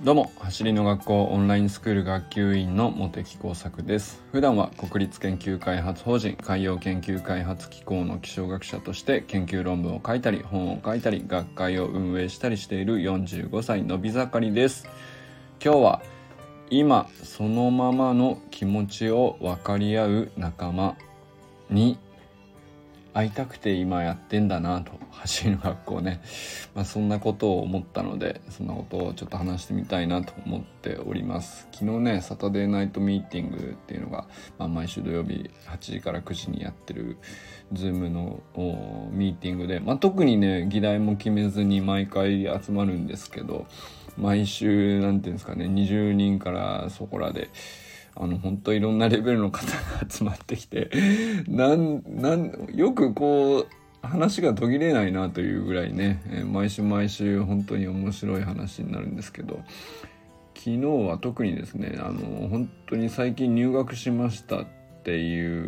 どうも、走りの学校オンラインスクール学級委員の茂木耕作です。普段は国立研究開発法人海洋研究開発機構の気象学者として研究論文を書いたり本を書いたり学会を運営したりしている45歳のび盛りです。今日は今そのままの気持ちを分かり合う仲間に会いたくて今やってんだなと、走りの学校ね、そんなことを思ったので、そんなことをちょっと話してみたいなと思っております。昨日ね、サタデーナイトミーティングっていうのが、毎週土曜日8時から9時にやってるズームのミーティングで、特にね議題も決めずに毎回集まるんですけど、毎週なんていうんですかね、20人からそこらで本当いろんなレベルの方が集まってきてよくこう話が途切れないなというぐらいね、毎週本当に面白い話になるんですけど、昨日は特にですね、本当に最近入学しましたっていう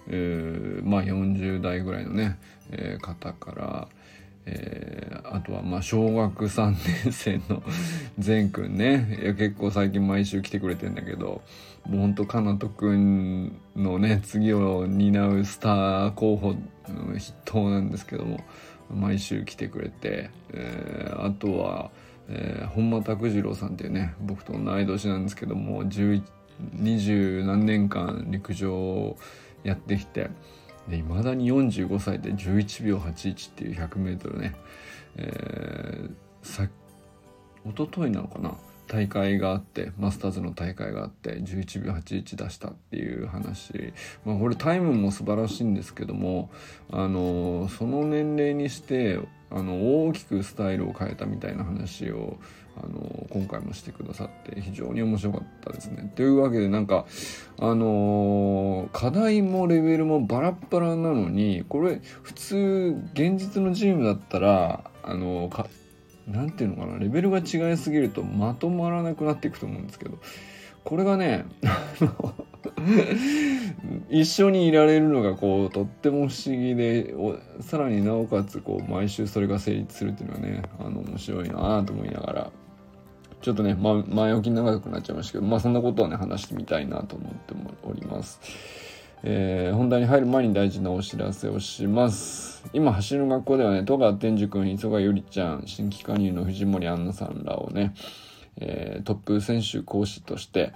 、40代ぐらいのね、方から、あとは小学3年生の善くんね、結構最近毎週来てくれてんだけど、もうほんとかなとくんのね次を担うスター候補の筆頭なんですけども、毎週来てくれて、あとは、本間拓次郎さんっていうね、僕と同い年なんですけども、20何年間陸上をやってきて、で未だに45歳で11秒81っていう 100m ね、一昨日なのかな、大会があって、マスターズの大会があって11秒81出したっていう話、これタイムも素晴らしいんですけども、その年齢にして大きくスタイルを変えたみたいな話を今回もしてくださって非常に面白かったですね。というわけで課題もレベルもバラッバラなのに、これ普通現実のチームだったらなんていうのかな、レベルが違いすぎるとまとまらなくなっていくと思うんですけど、これがね一緒にいられるのがとっても不思議で、さらになおかつ毎週それが成立するっていうのはね、面白いなと思いながら、ちょっとね、前置き長くなっちゃいましたけど、そんなことをね話してみたいなと思っております。本題に入る前に大事なお知らせをします。今走りの学校ではね、戸川天寿くん、磯賀ゆりちゃん、新規加入の藤森杏奈さんらをね、トップ選手講師として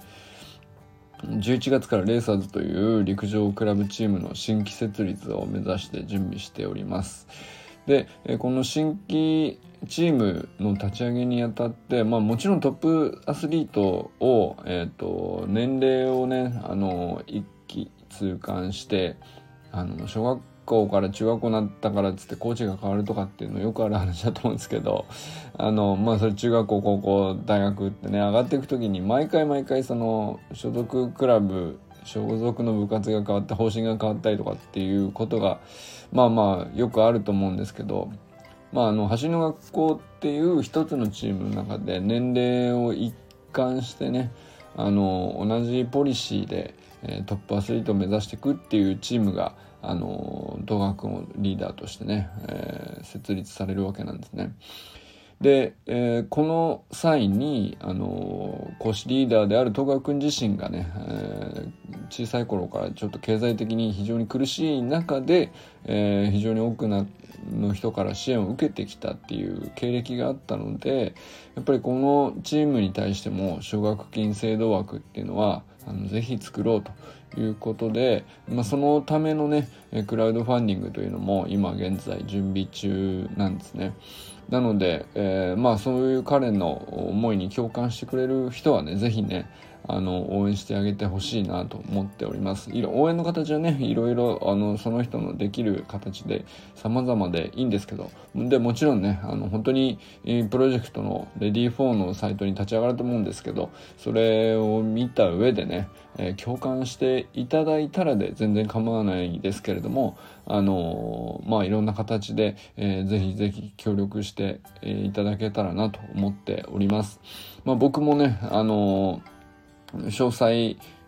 11月からレーサーズという陸上クラブチームの新規設立を目指して準備しております。で、この新規チームの立ち上げにあたって、もちろんトップアスリートを、年齢をね一気通貫して、小学校から中学校になったからっつってコーチが変わるとかっていうのよくある話だと思うんですけど、それ中学校高校大学ってね上がっていく時に毎回その所属クラブ所属の部活が変わって方針が変わったりとかっていうことがよくあると思うんですけど、走りの学校っていう一つのチームの中で年齢を一貫してね、同じポリシーでトップアスリートを目指していくっていうチームが戸川君をリーダーとしてね、設立されるわけなんですね。で、この際に講師リーダーである戸川君自身がね、小さい頃からちょっと経済的に非常に苦しい中で、非常に多くの人から支援を受けてきたっていう経歴があったので、やっぱりこのチームに対しても奨学金制度枠っていうのはぜひ作ろうということで、そのためのねクラウドファンディングというのも今現在準備中なんですね。なので、そういう彼の思いに共感してくれる人はね、ぜひね応援してあげてほしいなと思っております。応援の形はねいろいろその人のできる形で様々でいいんですけど、でもちろんね本当にプロジェクトのレディー4のサイトに立ち上がると思うんですけど、それを見た上でね、共感していただいたらで全然構わないですけれども、いろんな形で、ぜひ協力していただけたらなと思っております。僕もね詳細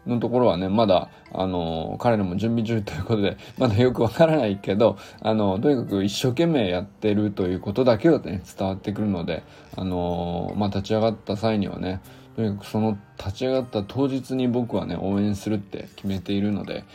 のところはね、まだ、彼らも準備中ということで、まだよくわからないけど、とにかく一生懸命やってるということだけはね、伝わってくるので、立ち上がった際にはね、とにかくその立ち上がった当日に僕はね、応援するって決めているので、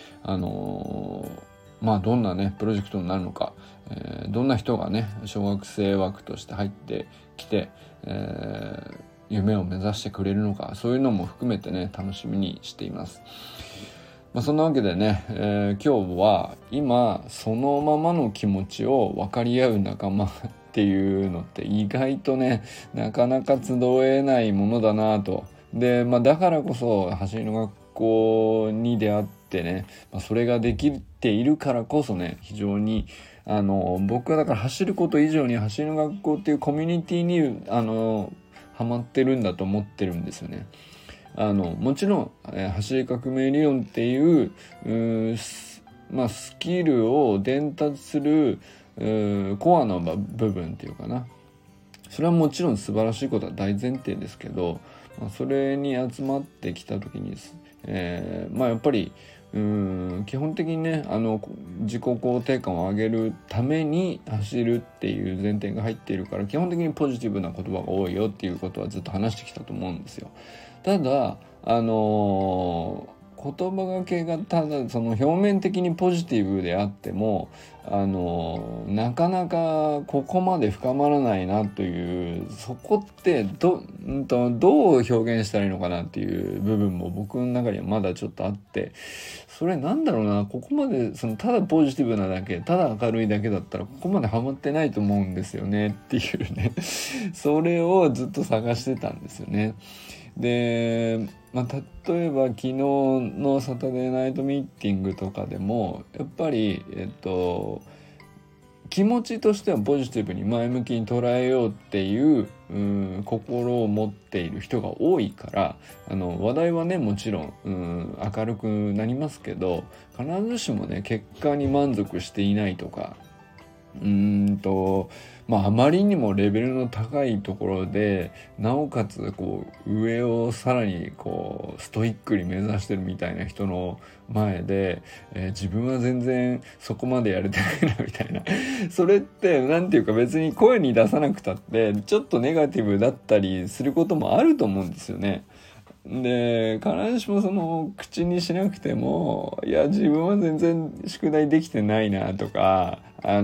どんなね、プロジェクトになるのか、どんな人がね、小学生枠として入ってきて、夢を目指してくれるのか、そういうのも含めてね、楽しみにしています。そんなわけでね、今日は今そのままの気持ちを分かり合う仲間っていうのって意外とね、なかなか集えないものだなと。で、だからこそ走りの学校に出会ってね、それができているからこそね、非常に僕はだから走ること以上に走りの学校っていうコミュニティにハマってるんだと思ってるんですよね。もちろん、走り革命理論っていうスキルを伝達するコアの部分っていうかな、それはもちろん素晴らしいことは大前提ですけど、それに集まってきた時にやっぱり基本的にね、自己肯定感を上げるために走るっていう前提が入っているから、基本的にポジティブな言葉が多いよっていうことはずっと話してきたと思うんですよ。ただ言葉がけがただその表面的にポジティブであってもなかなかここまで深まらないなという、そこってどう表現したらいいのかなっていう部分も僕の中にはまだちょっとあって、それなんだろうな、ここまでただポジティブなだけ、ただ明るいだけだったらここまでハマってないと思うんですよねっていうねそれをずっと探してたんですよね。で、例えば昨日のサタデーナイトミーティングとかでもやっぱり気持ちとしてはポジティブに前向きに捉えようっていう心を持っている人が多いから、話題はねもちろん明るくなりますけど、必ずしもね結果に満足していないとか、あまりにもレベルの高いところでなおかつ上をさらにストイックに目指してるみたいな人の前で、自分は全然そこまでやれてないなみたいなそれってなんていうか、別に声に出さなくたってちょっとネガティブだったりすることもあると思うんですよね。で、必ずしも口にしなくても、いや自分は全然宿題できてないなとか、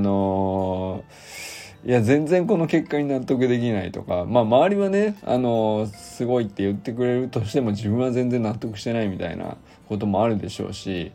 いや全然この結果に納得できないとか、周りはねすごいって言ってくれるとしても自分は全然納得してないみたいなこともあるでしょうし、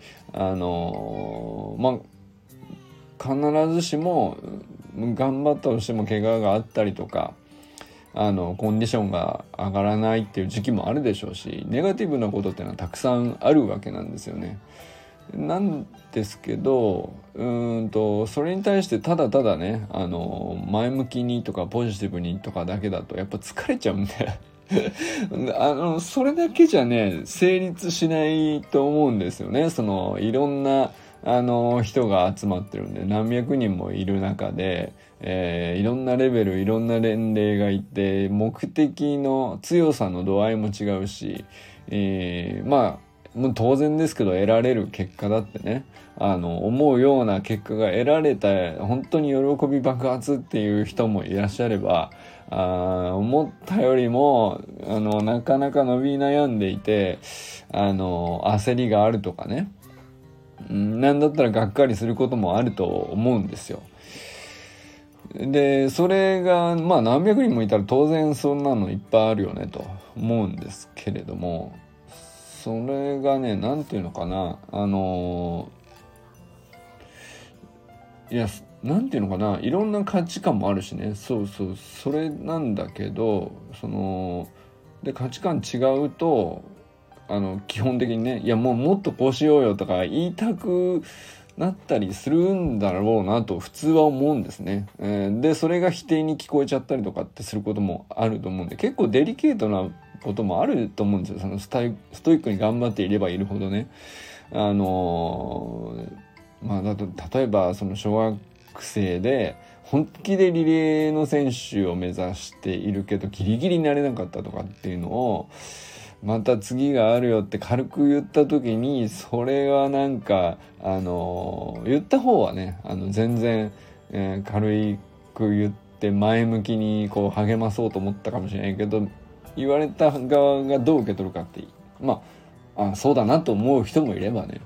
必ずしも頑張ったとしても怪我があったりとかコンディションが上がらないっていう時期もあるでしょうし、ネガティブなことっていうのはたくさんあるわけなんですよね。なんですけどそれに対してただただね前向きにとかポジティブにとかだけだとやっぱ疲れちゃうんでそれだけじゃね成立しないと思うんですよね。いろんな人が集まってるんで、何百人もいる中で、いろんなレベルいろんな年齢がいて、目的の強さの度合いも違うし、もう当然ですけど得られる結果だってね思うような結果が得られた本当に喜び爆発っていう人もいらっしゃれば、思ったよりもなかなか伸び悩んでいて焦りがあるとかね、なんだったらがっかりすることもあると思うんですよ。でそれが何百人もいたら当然そんなのいっぱいあるよねと思うんですけれども、それがねなんていうのかな、いやなんていうのかな、いろんな価値観もあるしね、それなんだけどで価値観違うと基本的にね、いやもっとこうしようよとか言いたくなったりするんだろうなと普通は思うんですね。でそれが否定に聞こえちゃったりとかってすることもあると思うんで、結構デリケートなこともあると思うんですよ。ストイックに頑張っていればいるほどね。例えば小学生で本気でリレーの選手を目指しているけどギリギリになれなかったとかっていうのをまた次があるよって軽く言った時に、それはなんか言った方はね全然、軽く言って前向きにこう励まそうと思ったかもしれないけど、言われた側がどう受け取るかって、そうだなと思う人もいればね、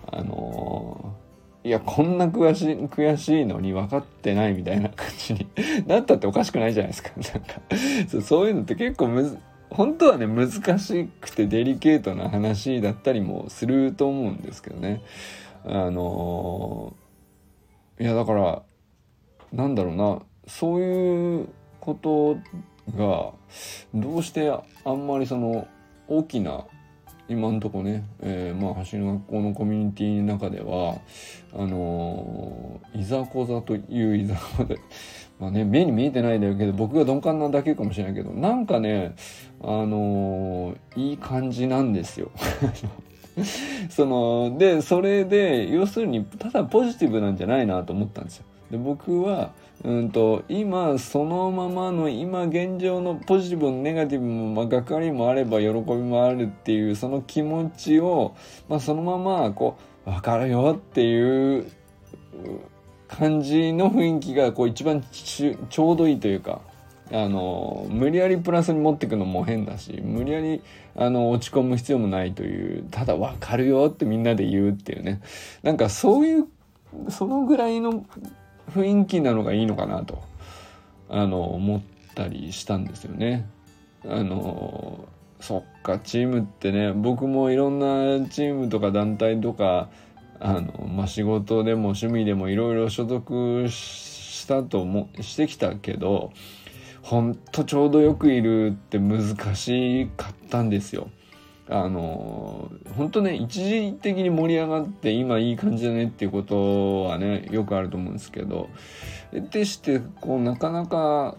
いやこんな悔しいのに分かってないみたいな感じになったっておかしくないじゃないですか。なんかそういうのって結構本当はね難しくてデリケートな話だったりもすると思うんですけどね。いやだからなんだろうな、そういうことがどうしてあんまりその大きな今のとこね、走る学校のコミュニティの中ではいざこざといういざこざで目に見えてないだけど僕が鈍感なだけかもしれないけど、なんかねいい感じなんですよそれで要するにただポジティブなんじゃないなと思ったんですよ。で僕は今そのままの今現状のポジティブもネガティブも、がっかりもあれば喜びもあるっていうその気持ちを、そのままこう分かるよっていう感じの雰囲気がこう一番ちょうどいいというか、無理やりプラスに持っていくのも変だし、無理やり落ち込む必要もないという、ただ分かるよってみんなで言うっていうね、なんかそういうそのぐらいの雰囲気なのがいいのかなと思ったりしたんですよね。そっか、チームってね、僕もいろんなチームとか団体とか仕事でも趣味でもいろいろ所属してきたけど、ほんとちょうどよくいるって難しかったんですよ。本当ね一時的に盛り上がって今いい感じだねっていうことはねよくあると思うんですけど、でしてこうなかなか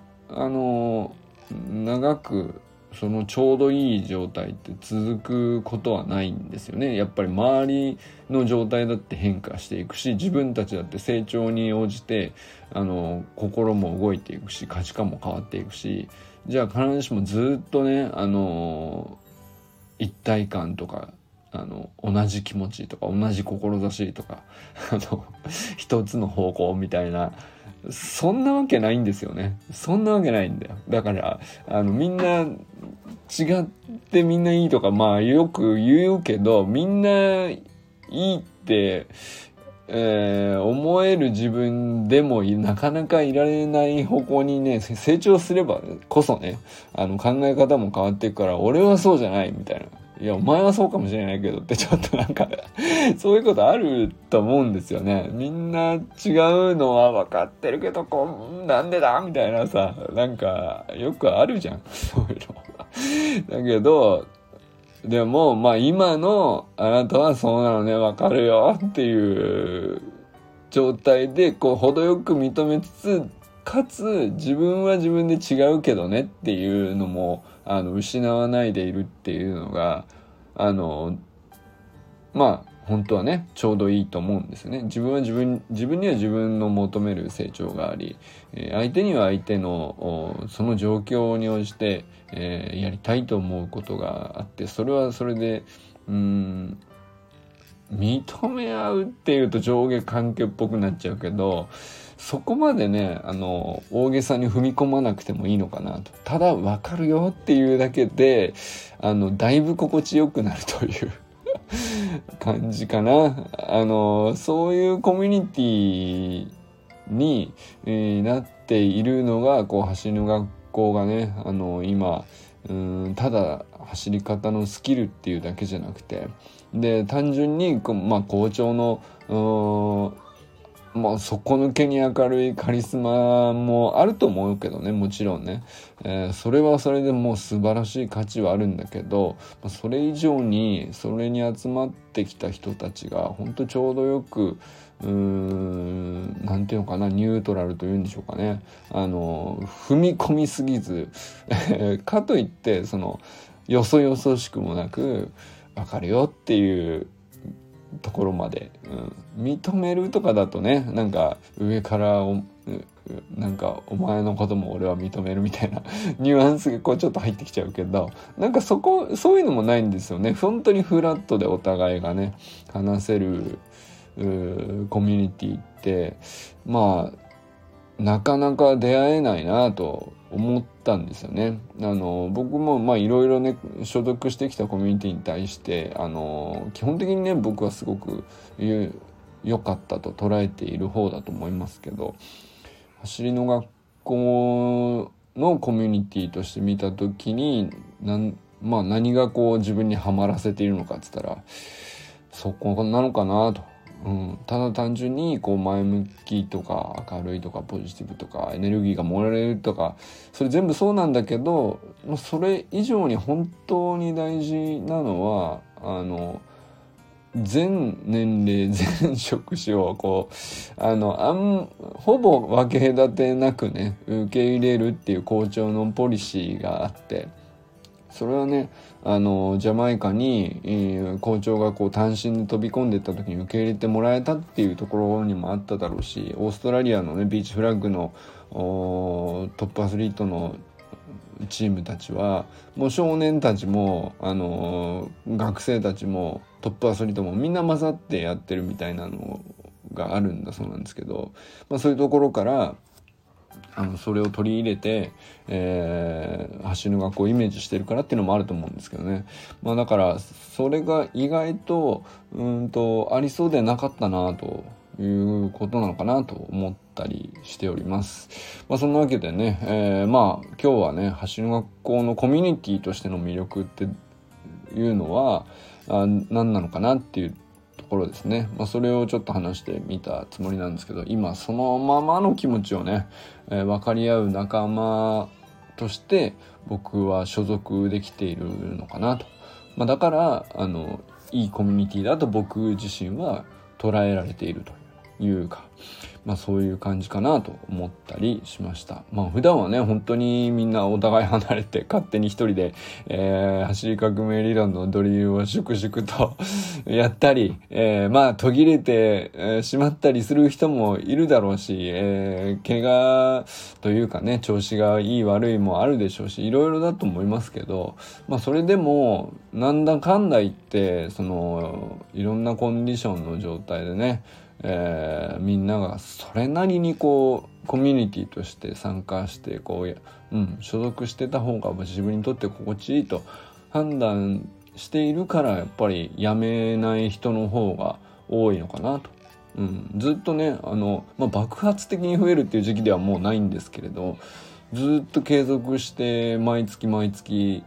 長くそのちょうどいい状態って続くことはないんですよね。やっぱり周りの状態だって変化していくし、自分たちだって成長に応じて心も動いていくし、価値観も変わっていくし、じゃあ必ずしもずっとね一体感とか同じ気持ちとか同じ志とか一つの方向みたいな、そんなわけないんですよね。そんなわけないんだよ。だからみんな違ってみんないいとかよく言うけど、みんないいって思える自分でもなかなかいられない方向にね成長すればこそね考え方も変わっていくから、俺はそうじゃないみたいな、いやお前はそうかもしれないけどってちょっとなんかそういうことあると思うんですよね。みんな違うのは分かってるけどなんでだみたいなさ、なんかよくあるじゃんそういうのだけど、でも今のあなたはそうなのね、わかるよっていう状態でこう程よく認めつつ、かつ自分は自分で違うけどねっていうのも失わないでいるっていうのが本当はねちょうどいいと思うんですよね。自分には自分の求める成長があり、相手には相手のその状況に応じて、やりたいと思うことがあって、それはそれで認め合うっていうと上下関係っぽくなっちゃうけど、そこまでね大げさに踏み込まなくてもいいのかなと。ただ分かるよっていうだけでだいぶ心地よくなるという感じかな。そういうコミュニティに、なっているのが走りの学校がね今ただ走り方のスキルっていうだけじゃなくて、で単純に校長の底抜けに明るいカリスマもあると思うけどね、もちろんね、それはそれでもう素晴らしい価値はあるんだけど、それ以上にそれに集まってきた人たちが本当ちょうどよくなんていうのかな、ニュートラルというんでしょうかね、踏み込みすぎずかといってよそよそしくもなく分かるよっていうところまで、認めるとかだとねなんか上からなんかお前のことも俺は認めるみたいなニュアンスがこうちょっと入ってきちゃうけど、なんかそういうのもないんですよね。本当にフラットでお互いがね話せるコミュニティってまあなかなか出会えないなと思ったんですよね。僕もいろいろね所属してきたコミュニティに対して基本的にね僕はすごく良かったと捉えている方だと思いますけど、走りの学校のコミュニティとして見た時に何がこう自分にはまらせているのかって言ったらそこなのかなと。ただ単純にこう前向きとか明るいとかポジティブとかエネルギーがもらえるとかそれ全部そうなんだけど、それ以上に本当に大事なのは全年齢全職種をこうほぼ分け隔てなくね受け入れるっていう校長のポリシーがあって、それはねジャマイカに、校長がこう単身で飛び込んでいった時に受け入れてもらえたっていうところにもあっただろうし、オーストラリアのねビーチフラッグのトップアスリートのチームたちはもう少年たちも学生たちもトップアスリートもみんな混ざってやってるみたいなのがあるんだそうなんですけど、そういうところからそれを取り入れて、走る学校をイメージしてるからっていうのもあると思うんですけどね。だからそれが意外とありそうでなかったなということなのかなと思ったりしております。そんなわけでね、今日はね走る学校のコミュニティとしての魅力っていうのは何なのかなっていうところですね。それをちょっと話してみたつもりなんですけど、今そのままの気持ちをね、分かり合う仲間として僕は所属できているのかなと。だからいいコミュニティだと僕自身は捉えられているというか、そういう感じかなと思ったりしました。普段はね本当にみんなお互い離れて勝手に一人で、走り革命理論のドリルを粛々とやったり、途切れて、しまったりする人もいるだろうし、怪我というかね調子がいい悪いもあるでしょうし、いろいろだと思いますけど、それでもなんだかんだ言っていろんなコンディションの状態でねみんながそれなりにこうコミュニティとして参加して所属してた方が自分にとって心地いいと判断しているからやっぱり辞めない人の方が多いのかなと。ずっとね爆発的に増えるっていう時期ではもうないんですけれど、ずっと継続して毎月毎月、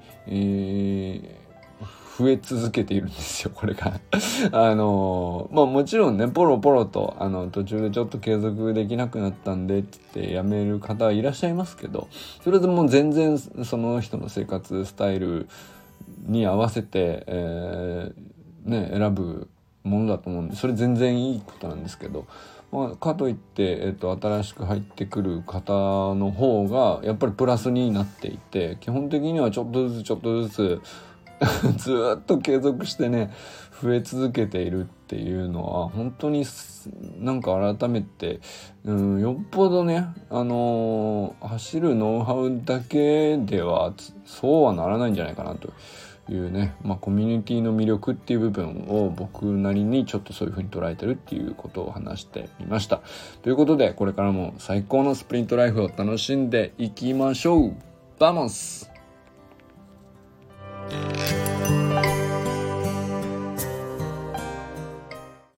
増え続けているんですよこれがもちろんねポロポロと途中でちょっと継続できなくなったんでって辞める方はいらっしゃいますけど、それでも全然その人の生活スタイルに合わせて、選ぶものだと思うんでそれ全然いいことなんですけど、かといって、新しく入ってくる方の方がやっぱりプラスになっていて、基本的にはちょっとずつずっと継続してね増え続けているっていうのは本当になんか改めて、よっぽどね走るノウハウだけではそうはならないんじゃないかなというね、コミュニティの魅力っていう部分を僕なりにちょっとそういう風に捉えてるっていうことを話してみました。ということでこれからも最高のスプリントライフを楽しんでいきましょう。バモス。